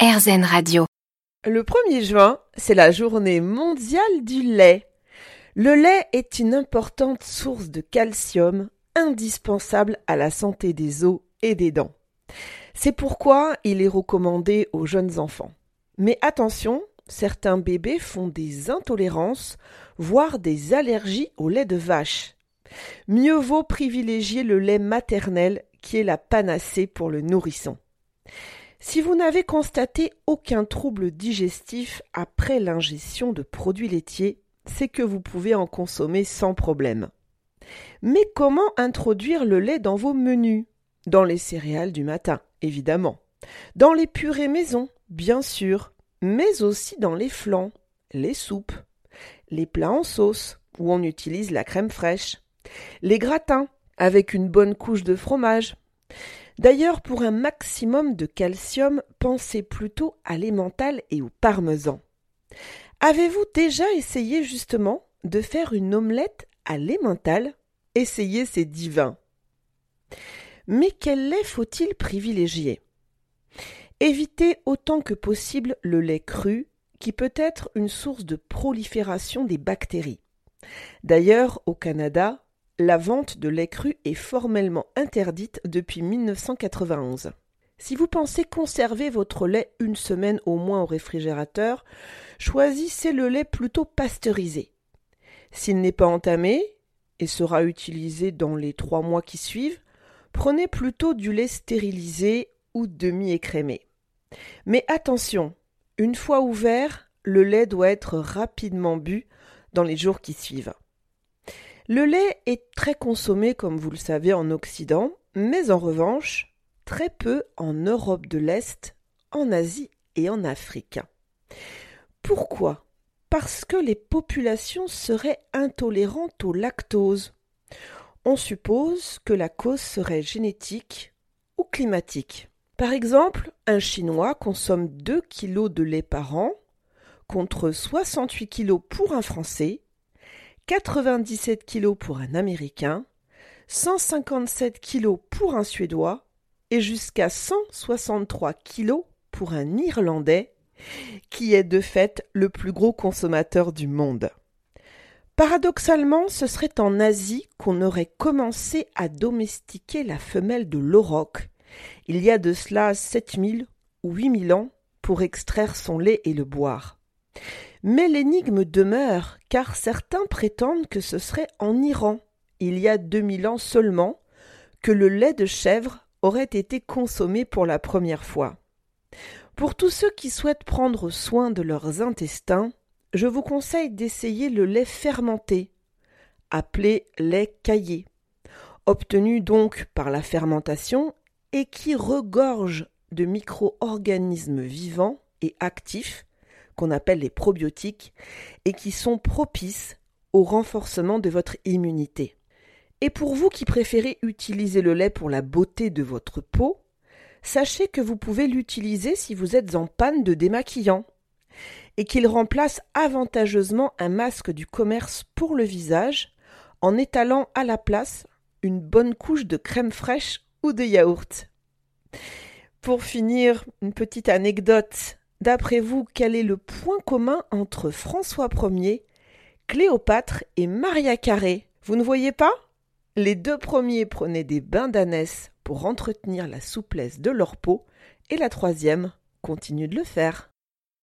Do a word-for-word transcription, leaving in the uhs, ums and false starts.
RZN Radio. Le premier juin, c'est la journée mondiale du lait. Le lait est une importante source de calcium, indispensable à la santé des os et des dents. C'est pourquoi il est recommandé aux jeunes enfants. Mais attention, certains bébés font des intolérances, voire des allergies au lait de vache. Mieux vaut privilégier le lait maternel qui est la panacée pour le nourrisson. Si vous n'avez constaté aucun trouble digestif après l'ingestion de produits laitiers, c'est que vous pouvez en consommer sans problème. Mais comment introduire le lait dans vos menus ? Dans les céréales du matin, évidemment. Dans les purées maison, bien sûr. Mais aussi dans les flans, les soupes, les plats en sauce, où on utilise la crème fraîche, les gratins, avec une bonne couche de fromage. D'ailleurs, pour un maximum de calcium, pensez plutôt à l'emmental et au parmesan. Avez-vous déjà essayé justement de faire une omelette à l'emmental ? Essayez, c'est divin. Mais quel lait faut-il privilégier ? Évitez autant que possible le lait cru, qui peut être une source de prolifération des bactéries. D'ailleurs, au Canada, la vente de lait cru est formellement interdite depuis mille neuf cent quatre-vingt-onze. Si vous pensez conserver votre lait une semaine au moins au réfrigérateur, choisissez le lait plutôt pasteurisé. S'il n'est pas entamé et sera utilisé dans les trois mois qui suivent, prenez plutôt du lait stérilisé ou demi-écrémé. Mais attention, une fois ouvert, le lait doit être rapidement bu dans les jours qui suivent. Le lait est très consommé, comme vous le savez, en Occident, mais en revanche, très peu en Europe de l'Est, en Asie et en Afrique. Pourquoi ? Parce que les populations seraient intolérantes au lactose. On suppose que la cause serait génétique ou climatique. Par exemple, un Chinois consomme deux kilos de lait par an, contre soixante-huit kilos pour un Français, quatre-vingt-dix-sept kilos pour un Américain, cent cinquante-sept kilos pour un Suédois et jusqu'à cent soixante-trois kilos pour un Irlandais, qui est de fait le plus gros consommateur du monde. Paradoxalement, ce serait en Asie qu'on aurait commencé à domestiquer la femelle de l'auroch, il y a de cela sept mille ou huit mille ans, pour extraire son lait et le boire. Mais l'énigme demeure, car certains prétendent que ce serait en Iran, il y a deux mille ans seulement, que le lait de chèvre aurait été consommé pour la première fois. Pour tous ceux qui souhaitent prendre soin de leurs intestins, je vous conseille d'essayer le lait fermenté, appelé lait caillé, obtenu donc par la fermentation et qui regorge de micro-organismes vivants et actifs, qu'on appelle les probiotiques, et qui sont propices au renforcement de votre immunité. Et pour vous qui préférez utiliser le lait pour la beauté de votre peau, sachez que vous pouvez l'utiliser si vous êtes en panne de démaquillant, et qu'il remplace avantageusement un masque du commerce pour le visage, en étalant à la place une bonne couche de crème fraîche ou de yaourt. Pour finir, une petite anecdote. D'après vous, quel est le point commun entre François Ier, Cléopâtre et Maria Carré ? Vous ne voyez pas ? Les deux premiers prenaient des bains d'ânesse pour entretenir la souplesse de leur peau et la troisième continue de le faire.